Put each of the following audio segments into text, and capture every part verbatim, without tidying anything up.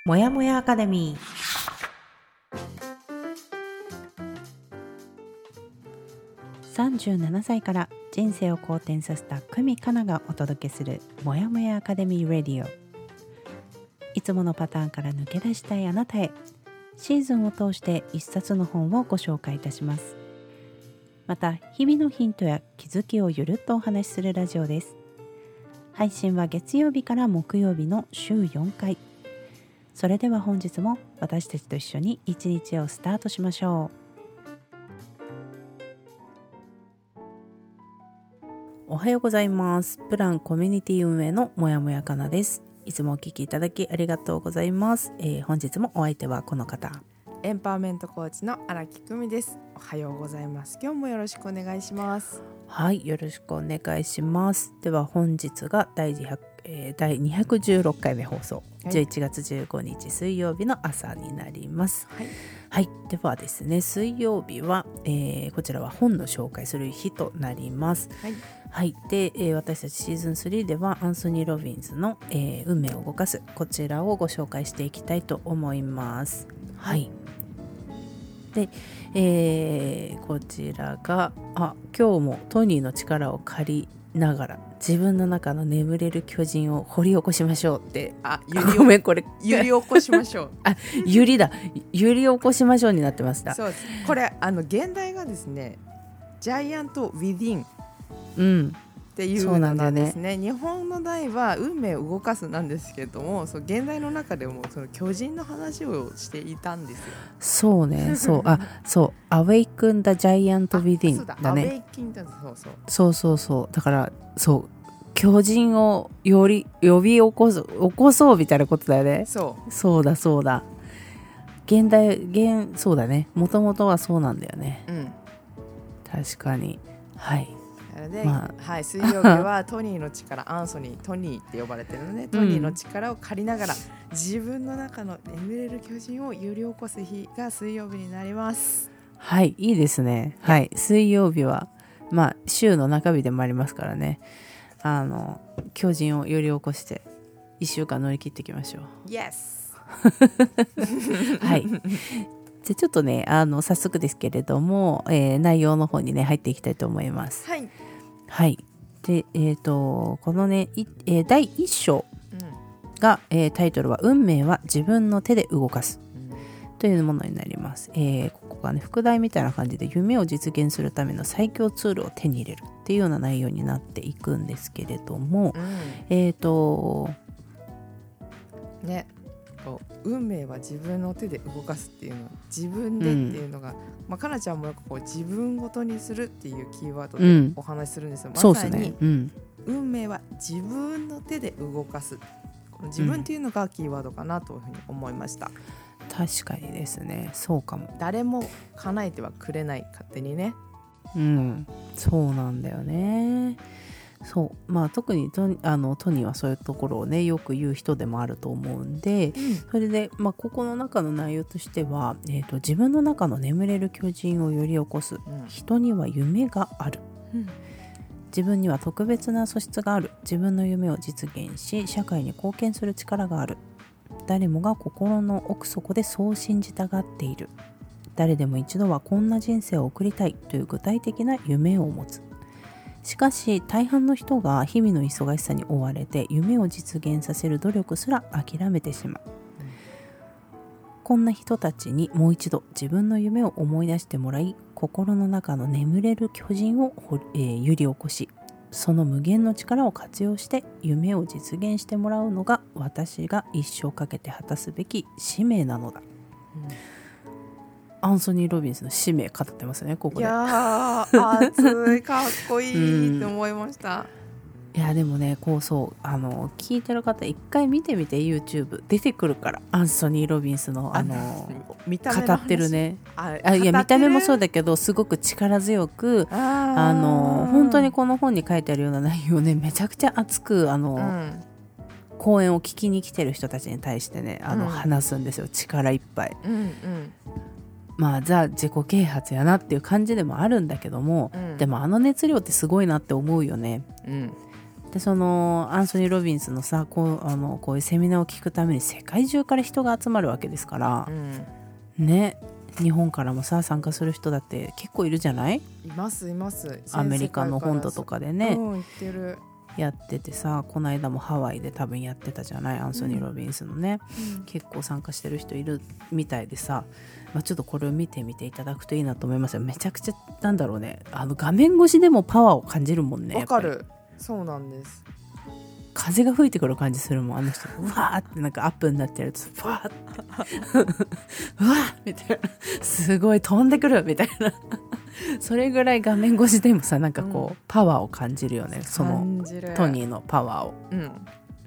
もやもやアカデミー。さんじゅうななさいから人生を好転させた久美かながお届けするもやもやアカデミーラディオ。いつものパターンから抜け出したいあなたへ、シーズンを通して一冊の本をご紹介いたします。また日々のヒントや気づきをゆるっとお話しするラジオです。配信は月曜日から木曜日の週よんかい。それでは本日も私たちと一緒に一日をスタートしましょう。おはようございます。プランコミュニティ運営のもやもやかなです。いつもお聞きいただきありがとうございます。えー、本日もお相手はこの方、 エンパワーメントコーチの荒木久美です。おはようございます。今日もよろしくお願いします。 はい、よろしくお願いします。では本日が第にひゃく、えー、第にひゃくじゅうろっかいめ放送、はい、じゅういちがつじゅうごにち水曜日の朝になります。はい、はい、ではですね、水曜日は、えー、こちらは本の紹介する日となります。はい、はい、で、えー、私たちシーズンスリーではアンソニー・ロビンズの、えー、運命を動かす、こちらをご紹介していきたいと思います。はい、で、えー、こちらがあ今日もトニーの力を借りながら自分の中の眠れる巨人を掘り起こしましょうって、 あゆりごめんこれゆり起こしましょうあゆりだゆり起こしましょうになってました。 そうです。これあの現代がですね、ジャイアント・ウィディン、 うんっていうのなんですね。日本の題は運命を動かすなんですけども、そう現代の中でもその巨人の話をしていたんですよ。 そうね、そうあそうAwaken the Giant Within だね。 Awakenだ、そうそうそうそうそうだからそう巨人をより呼び起こす起こそうみたいなことだよね。 そうそうだそうだ現代現そうだね、もともとはそうなんだよね。うん、確かに。はいで、まあ、はい、水曜日はトニーの力アンソニートニーって呼ばれてるので、トニーの力を借りながら、うん、自分の中の眠れる巨人を揺り起こす日が水曜日になります。 はい、いいですね。はい、水曜日はまあ週の中日でもありますからね、あの巨人を揺り起こしていっしゅうかん乗り切っていきましょう。 Yes はいじゃちょっとねあの早速ですけれども、えー、内容の方にね入っていきたいと思います。 はいはい。で、えっと、このね、えー、だいいっ章が、うんえー、タイトルは運命は自分の手で動かす、うん、というものになります。えー、ここがね、副題みたいな感じで夢を実現するための最強ツールを手に入れるっていうような内容になっていくんですけれども、うん、えっと、 ね、運命は自分の手で動かすっていうの、自分でっていうのが、うんまあ、かなちゃんもよくこう自分ごとにするっていうキーワードでお話しするんですよ。うん、まさに、ねうん、運命は自分の手で動かす、この自分っていうのがキーワードかなというふうに思いました。 うん、確かにですね、そうかも。 誰も叶えてはくれない、勝手にね。 うんそうなんだよね。そうまあ、特にトあのトニーはそういうところをねよく言う人でもあると思うんで、うん、それで、まあ、ここの中の内容としては、えーと、自分の中の眠れる巨人を揺り起こす、うん、人には夢がある、うん、自分には特別な素質がある、自分の夢を実現し社会に貢献する力がある、誰もが心の奥底でそう信じたがっている、誰でも一度はこんな人生を送りたいという具体的な夢を持つ。しかし大半の人が日々の忙しさに追われて夢を実現させる努力すら諦めてしまう、うん、こんな人たちにもう一度自分の夢を思い出してもらい、心の中の眠れる巨人を、えー、揺り起こし、その無限の力を活用して夢を実現してもらうのが私が一生かけて果たすべき使命なのだ、うんアンソニー・ロビンスの使命語ってますね、ここで。 いやー熱いかっこいいって思いました、 うん、いやでもねこうそうあの聞いてる方一回見てみて YouTube 出てくるから、アンソニー・ロビンスのあの見た目の話語ってるねああいや見た目もそうだけどすごく力強くあの本当にこの本に書いてあるような内容ね、めちゃくちゃ熱くあの、うん講演を聞きに来てる人たちに対してねあの、うん、話すんですよ、力いっぱい、うんうんまあザ自己啓発やなっていう感じでもあるんだけども、うん、でもあの熱量ってすごいなって思うよね、うん、 でそのアンソニー・ロビンスのさこうあのこういうセミナーを聞くために世界中から人が集まるわけですから、うん、ね、日本からもさ参加する人だって結構いるじゃない？いますいます。 アメリカの本土とかでね、 うん、行ってるやっててさ、この間もハワイで多分やってたじゃない、アンソニー・ロビンスのね、うん、結構参加してる人いるみたいでさ、まあ、ちょっとこれを見てみていただくといいなと思いますよ。めちゃくちゃなんだろうね、あの画面越しでもパワーを感じるもんね。 わかる。そうなんです。 風が吹いてくる感じするもん、あの人うわーってなんかアップになってるとふわーってうわーみたいな、すごい飛んでくるみたいなそれぐらい画面越しでもさなんかこう、うん、パワーを感じるよね、そのトニーのパワーを、うん、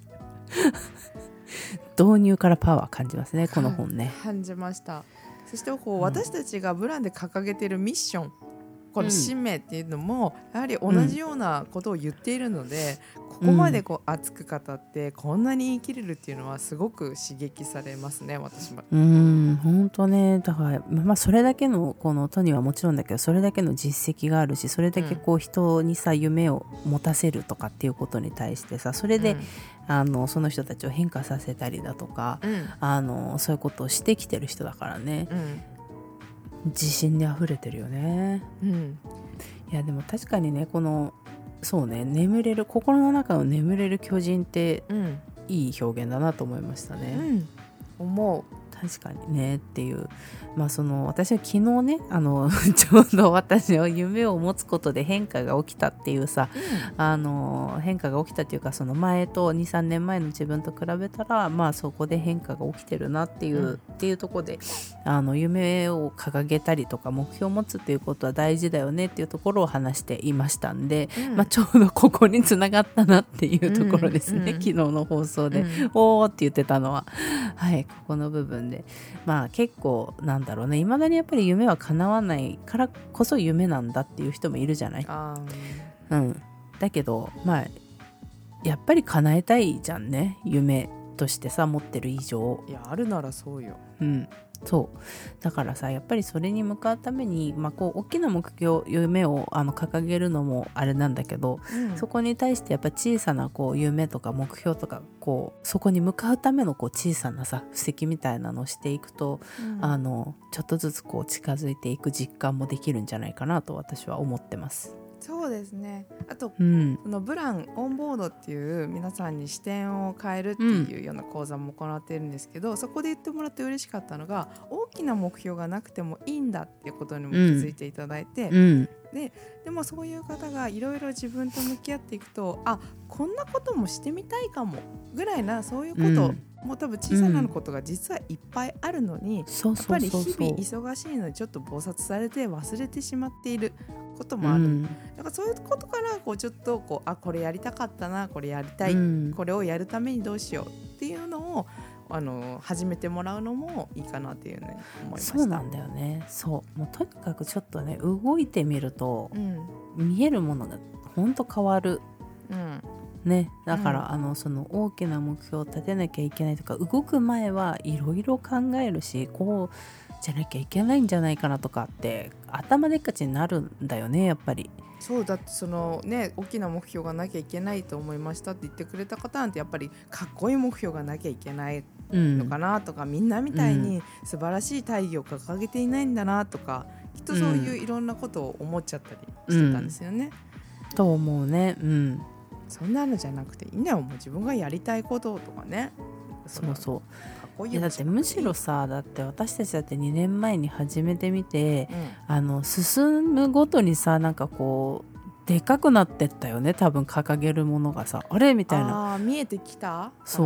導入からパワー感じますね、この本ね。 感じました。そしてこう、うん、私たちがブランで掲げているミッション、この使命っていうのもやはり同じようなことを言っているので、うん、ここまでこう熱く語ってこんなに言い切れるっていうのはすごく刺激されますね、私も。 うーん、本当ね。だから、まあ、それだけのこのトニーはもちろんだけど、それだけの実績があるし、それだけこう人にさ、うん、夢を持たせるとかっていうことに対してさ、それで、うん、あのその人たちを変化させたりだとか、うん、あのそういうことをしてきてる人だからね、うん、自信にあふれてるよね、うん、いやでも確かにね、このそうね、眠れる心の中の眠れる巨人って、うん、いい表現だなと思いましたね、 うん、思う。 確かにねっていう、まあその私は昨日ね、あのちょうど私は夢を持つことで変化が起きたっていうさ、うん、あの変化が起きたっていうか、その前と に,さん 年前の自分と比べたら、まあそこで変化が起きてるなっていう、うん、っていうところで、あの夢を掲げたりとか目標を持つっていうことは大事だよねっていうところを話していましたんで、うん、まあ、ちょうどここにつながったなっていうところですね、うんうん、昨日の放送で、うん、おーって言ってたのは、はい、ここの部分で、まあ結構なんだろうね、未だにやっぱり夢は叶わないからこそ夢なんだっていう人もいるじゃない。あ、うん、だけどまあやっぱり叶えたいじゃんね、夢としてさ持ってる以上。 いや、あるならそうよ。 うん、そうだからさ、やっぱりそれに向かうために、まあ、こう大きな目標夢をあの掲げるのもあれなんだけど、うん、そこに対してやっぱ小さなこう夢とか目標とか、こうそこに向かうためのこう小さなさ布石みたいなのをしていくと、うん、あのちょっとずつこう近づいていく実感もできるんじゃないかなと私は思ってます。 そうですね。あと、うん、そのブランオンボードっていう皆さんに視点を変えるっていうような講座も行っているんですけど、うん、そこで言ってもらって嬉しかったのが、大きな目標がなくてもいいんだっていうことにも気づいていただいて、うん、で, でもそういう方がいろいろ自分と向き合っていくと、あ、こんなこともしてみたいかもぐらいな、そういうこと、うんもう多分小さなことが実はいっぱいあるのに、うん、やっぱり日々忙しいのにちょっと忙殺されて忘れてしまっていることもある、うん、だからそういうことからこうちょっとこう、あ、これやりたかったな、これやりたい、うん、これをやるためにどうしようっていうのをあの始めてもらうのもいいかなっていうふうに思いました。 そうなんだよね。そうもうとにかくちょっとね動いてみると、うん、見えるものがほんと変わる、うんね、だから、うん、あのその大きな目標を立てなきゃいけないとか、動く前はいろいろ考えるし、こうじゃなきゃいけないんじゃないかなとかって頭でっかちになるんだよね、やっぱり。 そうだって、そのね、大きな目標がなきゃいけないと思いましたって言ってくれた方なんて、やっぱりかっこいい目標がなきゃいけないのかなとか、うん、みんなみたいに素晴らしい大義を掲げていないんだなとか、きっとそういういろんなことを思っちゃったりしてたんですよね、 うん、と思うね。うん、 そんなのじゃなくていいんだよ、もう自分がやりたいこととかね。 そうそう、かっこいい。いやだってむしろさ、だって私たちだってにねんまえに始めてみて、うん、あの進むごとにさ、なんかこうでかくなってったよね、多分掲げるものがさ、あれみたいな。 あ、見えてきた。 そう、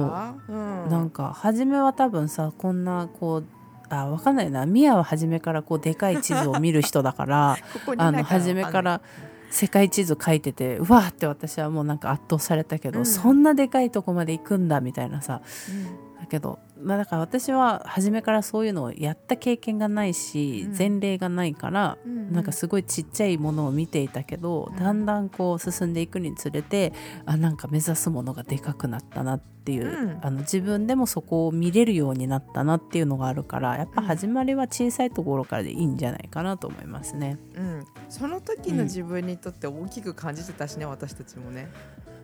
うん、なんか初めは多分さ、こんなこうあ、分かんないな、ミヤは初めからこうでかい地図を見る人だからここあの初めから世界地図書いてて、うわーって私はもうなんか圧倒されたけど、うん、そんなでかいとこまで行くんだみたいなさ、うん、だけど、まあ、だから私は初めからそういうのをやった経験がないし、うん、前例がないから、うんうん、なんかすごいちっちゃいものを見ていたけど、うん、だんだんこう進んでいくにつれて、あ、なんか目指すものがでかくなったなっていう、うん、あの自分でもそこを見れるようになったなっていうのがあるから、やっぱ始まりは小さいところからでいいんじゃないかなと思いますね、 うん、その時の自分にとって大きく感じてたしね、うん、私たちもね。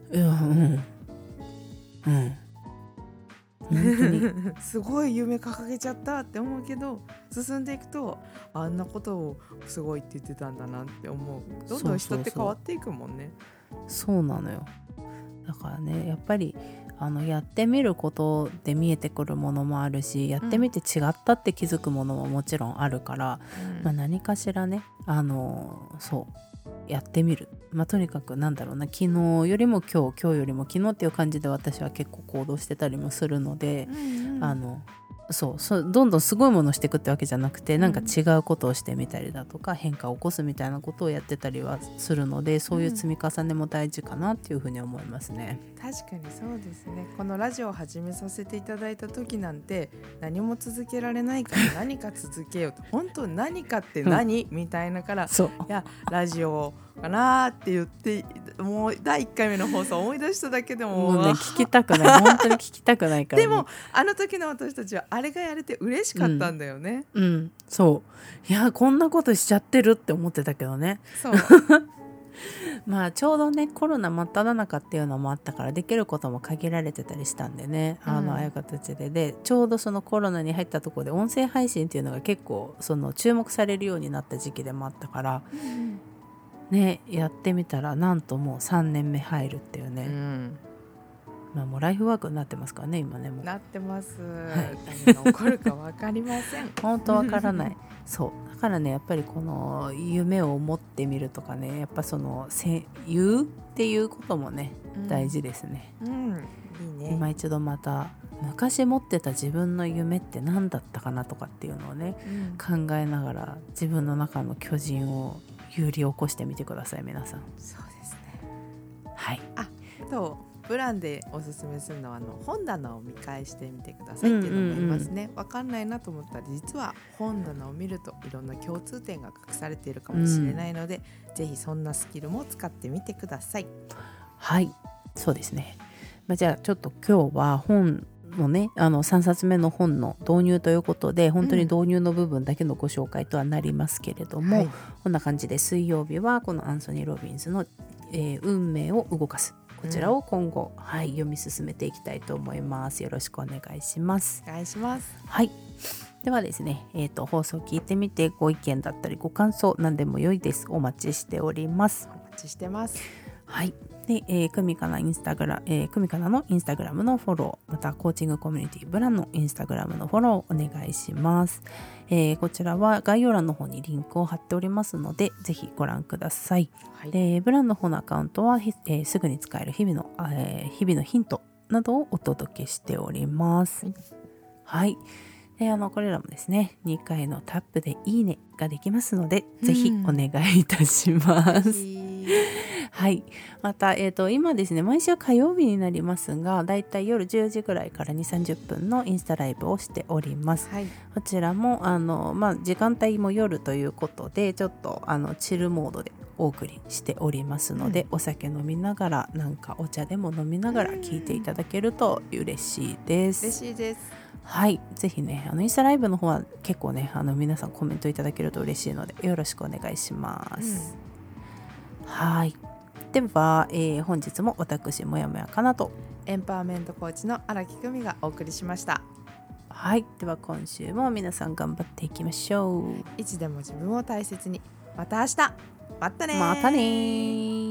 いやうんうん本当にすごい夢掲げちゃったって思うけど、進んでいくとあんなことをすごいって言ってたんだなって思う。どんどん人って変わっていくもんね。 そうなのよ。だからねやっぱりあのやってみることで見えてくるものもあるし、やってみて違ったって気づくものももちろんあるから、うんまあ、何かしらねあのそうやってみる、まあ、とにかくなんだろうな、昨日よりも今日今日よりも昨日っていう感じで私は結構行動してたりもするので、うんうん、あのそうそうどんどんすごいものをしていくってわけじゃなくて、なんか違うことをしてみたりだとか、うん、変化を起こすみたいなことをやってたりはするので、そういう積み重ねも大事かなっていうふうに思いますね、 うん、確かにそうですね。このラジオを始めさせていただいた時なんて何も続けられないから何か続けようと本当何かって何、うん、みたいなからそういやラジオかなって言ってもうだいいっかいめの放送を思い出しただけでももうね聞きたくない本当に聞きたくないから、 ね、でもあの時の私たちはあれがやれて嬉しかったんだよね、 うん、うん、そういやこんなことしちゃってるって思ってたけどね。 そうまあちょうどねコロナ真っ只中っていうのもあったからできることも限られてたりしたんでね、うん、あのああいう形ででちょうどそのコロナに入ったところで音声配信っていうのが結構その注目されるようになった時期でもあったから、うんね、やってみたらなんともうさんねんめ入るっていうね、うんまあ、もうライフワークになってますからね今ねもうなってます、はい、何が起こるか分かりません本当分からないそうだからねやっぱりこの夢を持ってみるとかねやっぱそのせ言うっていうこともね、うん、大事ですね、うん、いいね。今一度また昔持ってた自分の夢って何だったかなとかっていうのをね、うん、考えながら自分の中の巨人を揺り起こしてみてください皆さん。 そうですね。 はいあとプランでおすすめするのはあの本棚を見返してみてくださいっていうのもいますね、うんうんうん、分かんないなと思ったら実は本棚を見るといろんな共通点が隠されているかもしれないので、うん、ぜひそんなスキルも使ってみてください。 はいそうですね、まあ、じゃあちょっと今日は本のねあのさんさつめの本の導入ということで本当に導入の部分だけのご紹介とはなりますけれども、うんはい、こんな感じで水曜日はこのアンソニー・ロビンズの、えー、運命を動かすこちらを今後、うんはい、読み進めていきたいと思います。よろしくお願いします。 お願いします。 はい。ではですね、えーと、放送聞いてみてご意見だったりご感想何でも良いです。お待ちしております。 お待ちしてます。 はい。で、えー、クミカナインスタグラ、えー、クミカナのインスタグラムのフォロー、またコーチングコミュニティブランのインスタグラムのフォローお願いします。えー、こちらは概要欄の方にリンクを貼っておりますので、ぜひご覧ください。はい、でブランの方のアカウントは、えー、すぐに使える日々の、えー、日々のヒントなどをお届けしております。はい。はいであのこれらもですねにかいのタップでいいねができますので、ぜひお願いいたします。はい、また、えーと、今ですね毎週火曜日になりますがだいたい夜じゅうじぐらいからにじゅう、さんじゅっぷんのインスタライブをしております、はい、こちらもあの、まあ、時間帯も夜ということでちょっとあのチルモードでお送りしておりますので、うん、お酒飲みながらなんかお茶でも飲みながら聞いていただけると嬉しいです。 嬉しいです。 はい、ぜひねあのインスタライブの方は結構ねあの皆さんコメントいただけると嬉しいのでよろしくお願いします、うん、はいでは、えー、本日も私もやもやかなとエンパワーメントコーチの荒木久美がお送りしました。 はいでは今週も皆さん頑張っていきましょう。 いつでも自分を大切に。また明日。またねまたね